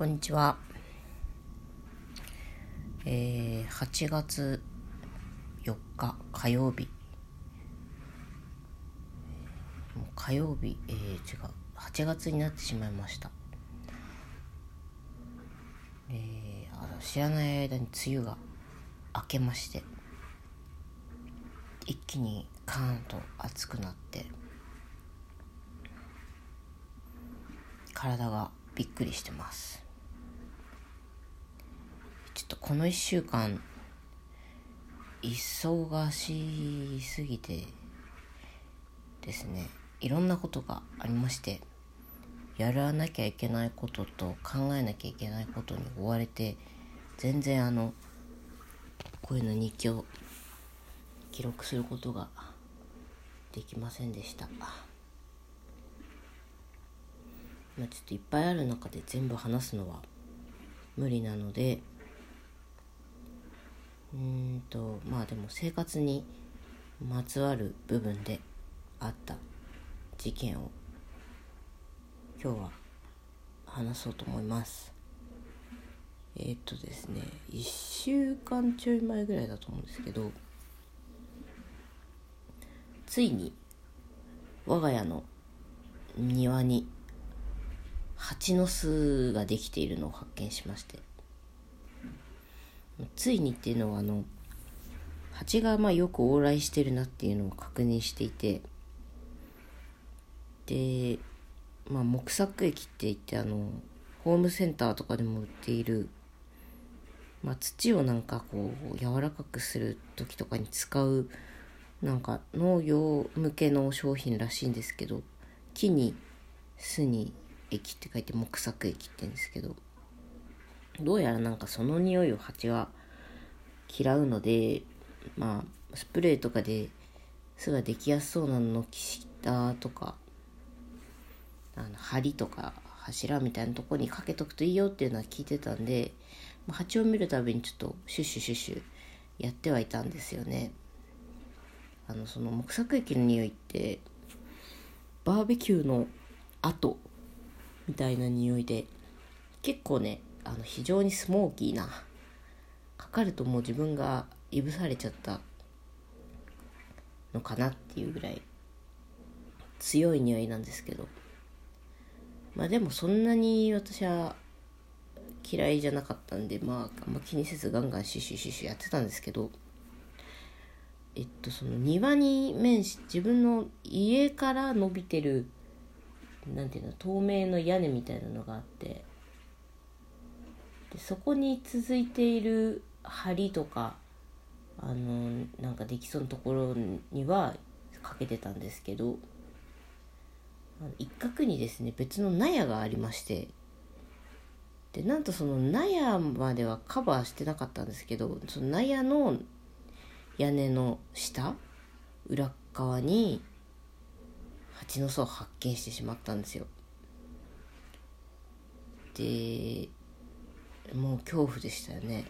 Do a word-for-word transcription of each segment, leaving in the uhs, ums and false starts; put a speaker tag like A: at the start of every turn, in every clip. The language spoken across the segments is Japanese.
A: こんにちは。えー、はちがつよっか火曜日。もう火曜日、えー、違う、はちがつになってしまいました。えー、あの知らない間に梅雨が明けまして、一気にカーンと暑くなって体がびっくりしてます。ちょっとこのいっしゅうかん忙しすぎてですね、いろんなことがありまして、やらなきゃいけないことと考えなきゃいけないことに追われて、全然あのこういうの日記を記録することができませんでした。まあ、ちょっといっぱいある中で全部話すのは無理なので、うーんとまあでも生活にまつわる部分であった事件を今日は話そうと思います。えー、っとですねいっしゅうかんちょい前ぐらいだと思うんですけど、ついに我が家の庭に蜂の巣ができているのを発見しまして、ついにっていうのはあの蜂がまあよく往来してるなっていうのを確認していて、で、まあ、木作液って言ってあのホームセンターとかでも売っている、まあ、土をなんかこう柔らかくする時とかに使うなんか農業向けの商品らしいんですけど、木に巣に液って書いて木作液って言うんですけど、どうやらなんかその匂いを蜂が嫌うので、まあスプレーとかで巣ができやすそうなの軒下とかあの梁とか柱みたいなとこにかけとくといいよっていうのは聞いてたんで、まあ、蜂を見るたびにちょっとシュッシュシュッシュやってはいたんですよね。あのその木作液の匂いってバーベキューの跡みたいな匂いで、結構ねあの非常にスモーキーな、かかるともう自分がいぶされちゃったのかなっていうぐらい強い匂いなんですけど、まあでもそんなに私は嫌いじゃなかったんで、まああんま気にせずガンガンシュシュシュシュやってたんですけど、えっとその庭に面し自分の家から伸びてるなんていうの透明の屋根みたいなのがあって、でそこに続いている梁とかあのなんかできそうなところにはかけてたんですけど、一角にですね別の納屋がありまして、でなんとその納屋まではカバーしてなかったんですけど、その納屋の屋根の下裏側に蜂の巣を発見してしまったんですよ。でもう恐怖でしたよね。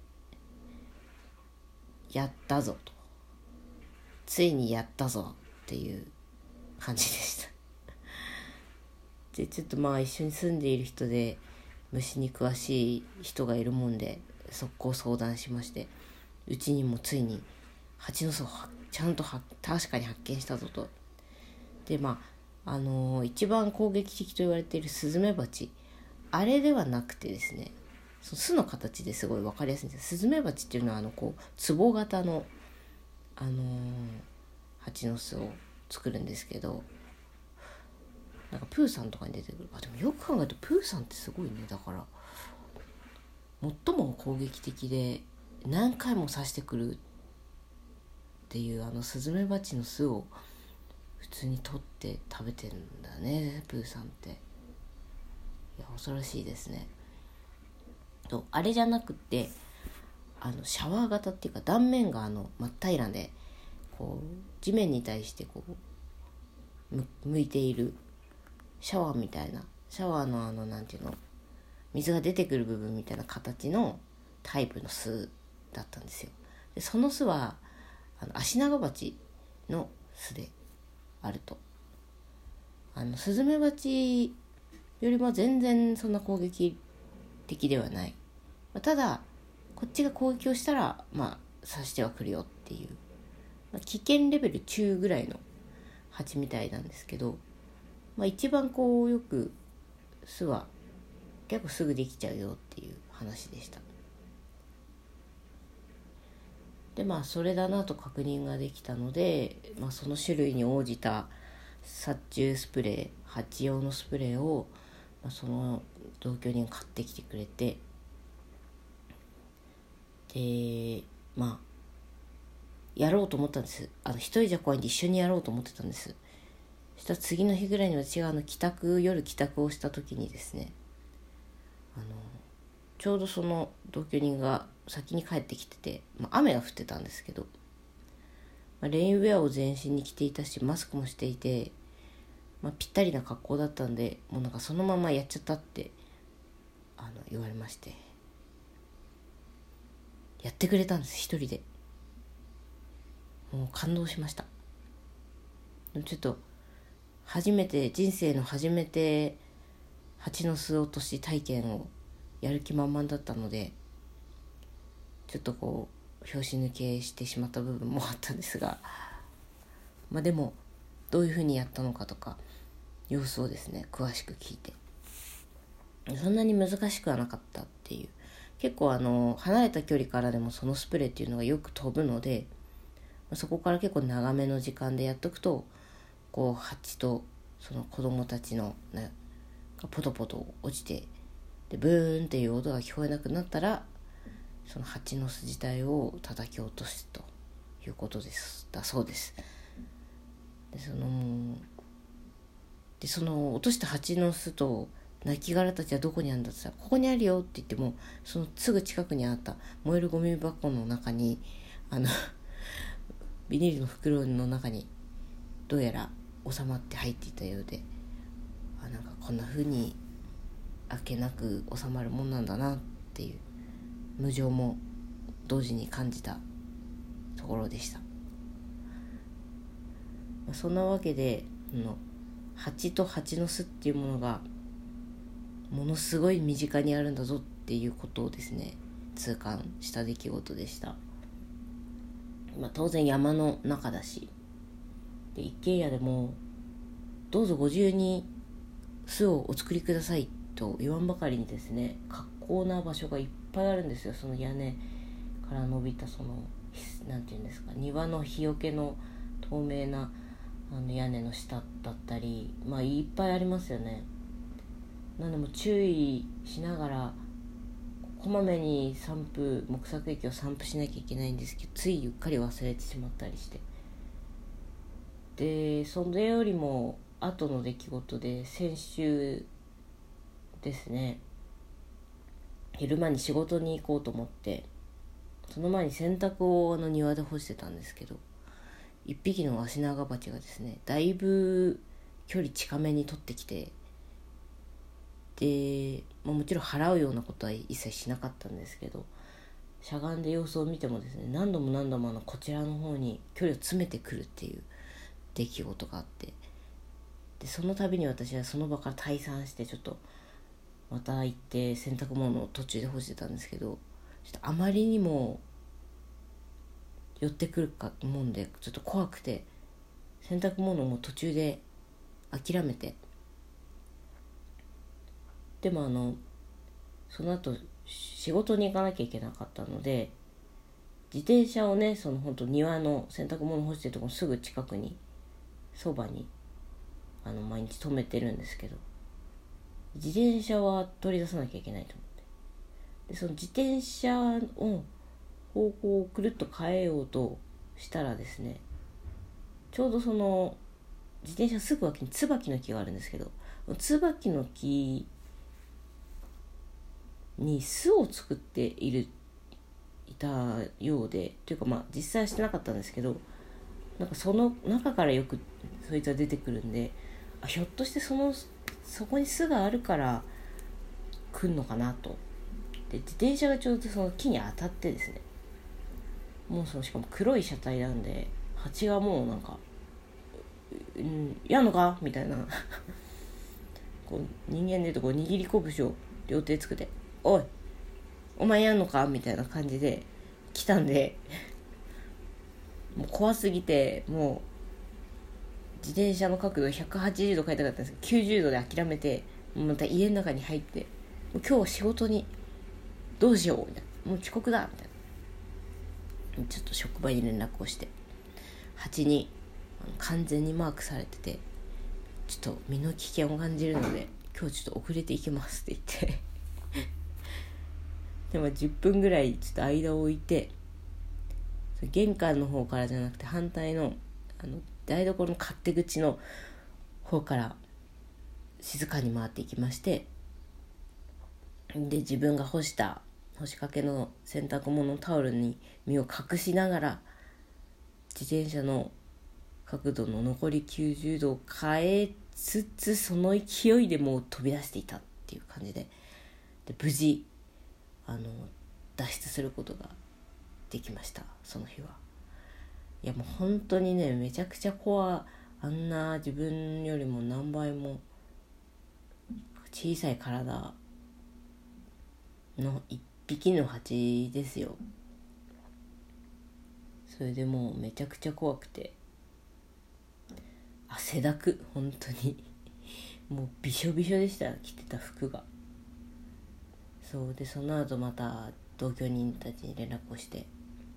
A: やったぞと、ついにやったぞっていう感じでしたでちょっとまあ一緒に住んでいる人で虫に詳しい人がいるもんで速攻相談しまして、うちにもついに蜂の巣をちゃんと確かに発見したぞと。でまああのー、一番攻撃的と言われているスズメバチ、あれではなくてですね、その巣の形ですごい分かりやすいんです。スズメバチっていうのはあのこう壺型のあのー、蜂の巣を作るんですけど、なんかプーさんとかに出てくる。あでもよく考えるとプーさんってすごいね。だから最も攻撃的で何回も刺してくるっていうあのスズメバチの巣を普通に取って食べてるんだね、プーさんって。いや恐ろしいですね。とあれじゃなくてあのシャワー型っていうか断面があの真っ平らでこう地面に対してこうむ向いているシャワーみたいな、シャワーのあのなんていうの水が出てくる部分みたいな形のタイプの巣だったんですよ。でその巣はあのアシナガバチの巣であると。あのスズメバチよりも全然そんな攻撃的ではない、まあ、ただこっちが攻撃をしたらまあ刺してはくるよっていう、まあ、危険レベル中ぐらいの蜂みたいなんですけど、まあ、一番こうよく巣は結構すぐできちゃうよっていう話でした。でまあそれだなと確認ができたので、まあ、その種類に応じた殺虫スプレー、蜂用のスプレーを、まあ、その同居人買ってきてくれて、でまあやろうと思ったんです。あの一人じゃ怖いんで一緒にやろうと思ってたんです。そしたら次の日ぐらいに私があの帰宅夜帰宅をした時にですね、あのちょうどその同居人が先に帰ってきてて、まあ、雨が降ってたんですけど、まあ、レインウェアを全身に着ていたしマスクもしていて、まあ、ぴったりな格好だったんで、もうなんかそのままやっちゃったってあの言われまして、やってくれたんです、一人で。もう感動しました。ちょっと初めて人生の初めて蜂の巣落とし体験をやる気満々だったので、ちょっとこう拍子抜けしてしまった部分もあったんですが、まあでもどういうふうにやったのかとか様子をですね詳しく聞いて、そんなに難しくはなかったっていう、結構あの離れた距離からでもそのスプレーっていうのがよく飛ぶので、そこから結構長めの時間でやっとくと、こう蜂とその子供たちの、ね、がポトポト落ちて、でブーンっていう音が聞こえなくなったら、その蜂の巣自体を叩き落とすということですだそうです。でそのでその落とした蜂の巣と亡きたちはどこにあるんだって言ったら、ここにあるよって言っても、そのすぐ近くにあった燃えるゴミ箱の中に、あのビニールの袋の中にどうやら収まって入っていたようで、あなんかこんな風にあっけなく収まるもんなんだなっていう無情も同時に感じたところでした。そんなわけでの蜂と蜂の巣っていうものがものすごい身近にあるんだぞっていうことをですね痛感した出来事でした。まあ、当然山の中だし、で一軒家でもどうぞご自由に巣をお作りくださいと言わんばかりにですね、格好な場所がいっぱいあるんですよ。その屋根から伸びたそのなんていうんですか、庭の日よけの透明なあの屋根の下だったり、まあいっぱいありますよね。なんでも注意しながらこまめに散布木作液を散布しなきゃいけないんですけど、ついゆっかり忘れてしまったりして、でそれよりも後の出来事で、先週ですね、昼間に仕事に行こうと思って、その前に洗濯をあの庭で干してたんですけど、一匹のアシナガバチがですねだいぶ距離近めに取ってきて、で、まあ、もちろん払うようなことは一切しなかったんですけど、しゃがんで様子を見てもですね、何度も何度もあのこちらの方に距離を詰めてくるっていう出来事があって、でその度に私はその場から退散して、ちょっとまた行って洗濯物を途中で干してたんですけど、ちょっとあまりにも寄ってくるかもんでちょっと怖くて、洗濯物も途中で諦めて、でもあのその後仕事に行かなきゃいけなかったので、自転車をね、その本当庭の洗濯物干してるところすぐ近くにそばにあの毎日止めてるんですけど、自転車は取り出さなきゃいけないと思って、でその自転車を方向をくるっと変えようとしたらですね、ちょうどその自転車すぐ脇に椿の木があるんですけど、椿の木に巣を作っているいたようで、というかまあ実際はしてなかったんですけど、なんかその中からよくそいつは出てくるんで、あひょっとしてそのそこに巣があるから来んのかなと。で自転車がちょうどその木に当たってですね、もうそのしかも黒い車体なんで、蜂がもうなんか、うん、やんのかみたいなこう人間でいうとこう握り拳を両手つけておいお前やんのかみたいな感じで来たんで、もう怖すぎて、もう自転車の角度ひゃくはちじゅうど変えたかったんですけど、きゅうじゅうどで諦めて、また家の中に入って、もう今日は仕事にどうしようみたいな、もう遅刻だみたいな、ちょっと職場に連絡をして、はちに完全にマークされてて、ちょっと身の危険を感じるので今日ちょっと遅れていきますって言ってでもじゅっぷんぐらいちょっと間を置いて、玄関の方からじゃなくて反対のあの台所の勝手口の方から静かに回っていきまして、で自分が干した干しかけの洗濯物のタオルに身を隠しながら、自転車の角度の残りきゅうじゅうどを変えつつ、その勢いでもう飛び出していたっていう感じで、で無事あの脱出することができました。その日は。いやもう本当にね、めちゃくちゃ怖あんな自分よりも何倍も小さい体の一匹の蜂ですよ。それでもうめちゃくちゃ怖くて、汗だく、本当にもうびしょびしょでした、着てた服が。そうで、その後また同居人たちに連絡をして、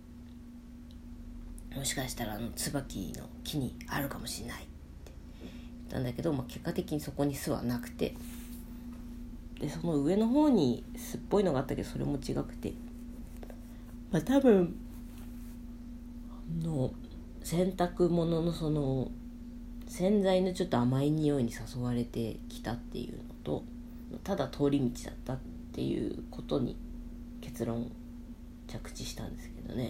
A: もしかしたらあの椿の木にあるかもしれないって言ったんだけど、まあ、結果的にそこに巣はなくて、でその上の方に巣っぽいのがあったけど、それも違くて、まあ多分あの洗濯物のその洗剤のちょっと甘い匂いに誘われてきたっていうのと、ただ通り道だったっていうことに結論着地したんですけどね。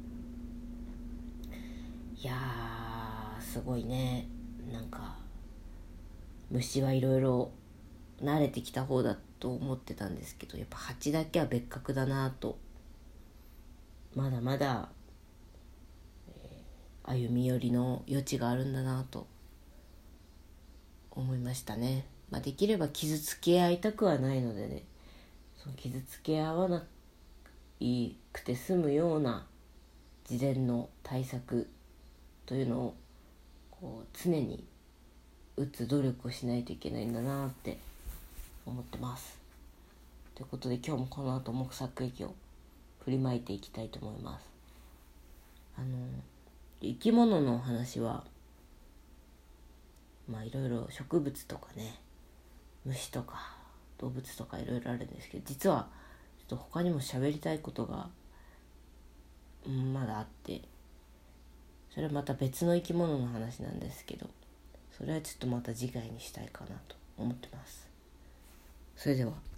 A: いやーすごいね。なんか虫はいろいろ慣れてきた方だと思ってたんですけど、やっぱ蜂だけは別格だなと、まだまだ、えー、歩み寄りの余地があるんだなと思いましたね。まあ、できれば傷つけ合いたくはないのでね、その傷つけ合わなくて済むような事前の対策というのをこう常に打つ努力をしないといけないんだなって思ってます。ということで今日もこの後木作液を振りまいていきたいと思います。あの生き物の話はまあいろいろ植物とかね、虫とか動物とかいろいろあるんですけど、実はちょっと他にも喋りたいことが、うん、まだあって、それはまた別の生き物の話なんですけど、それはちょっとまた次回にしたいかなと思ってます。それでは。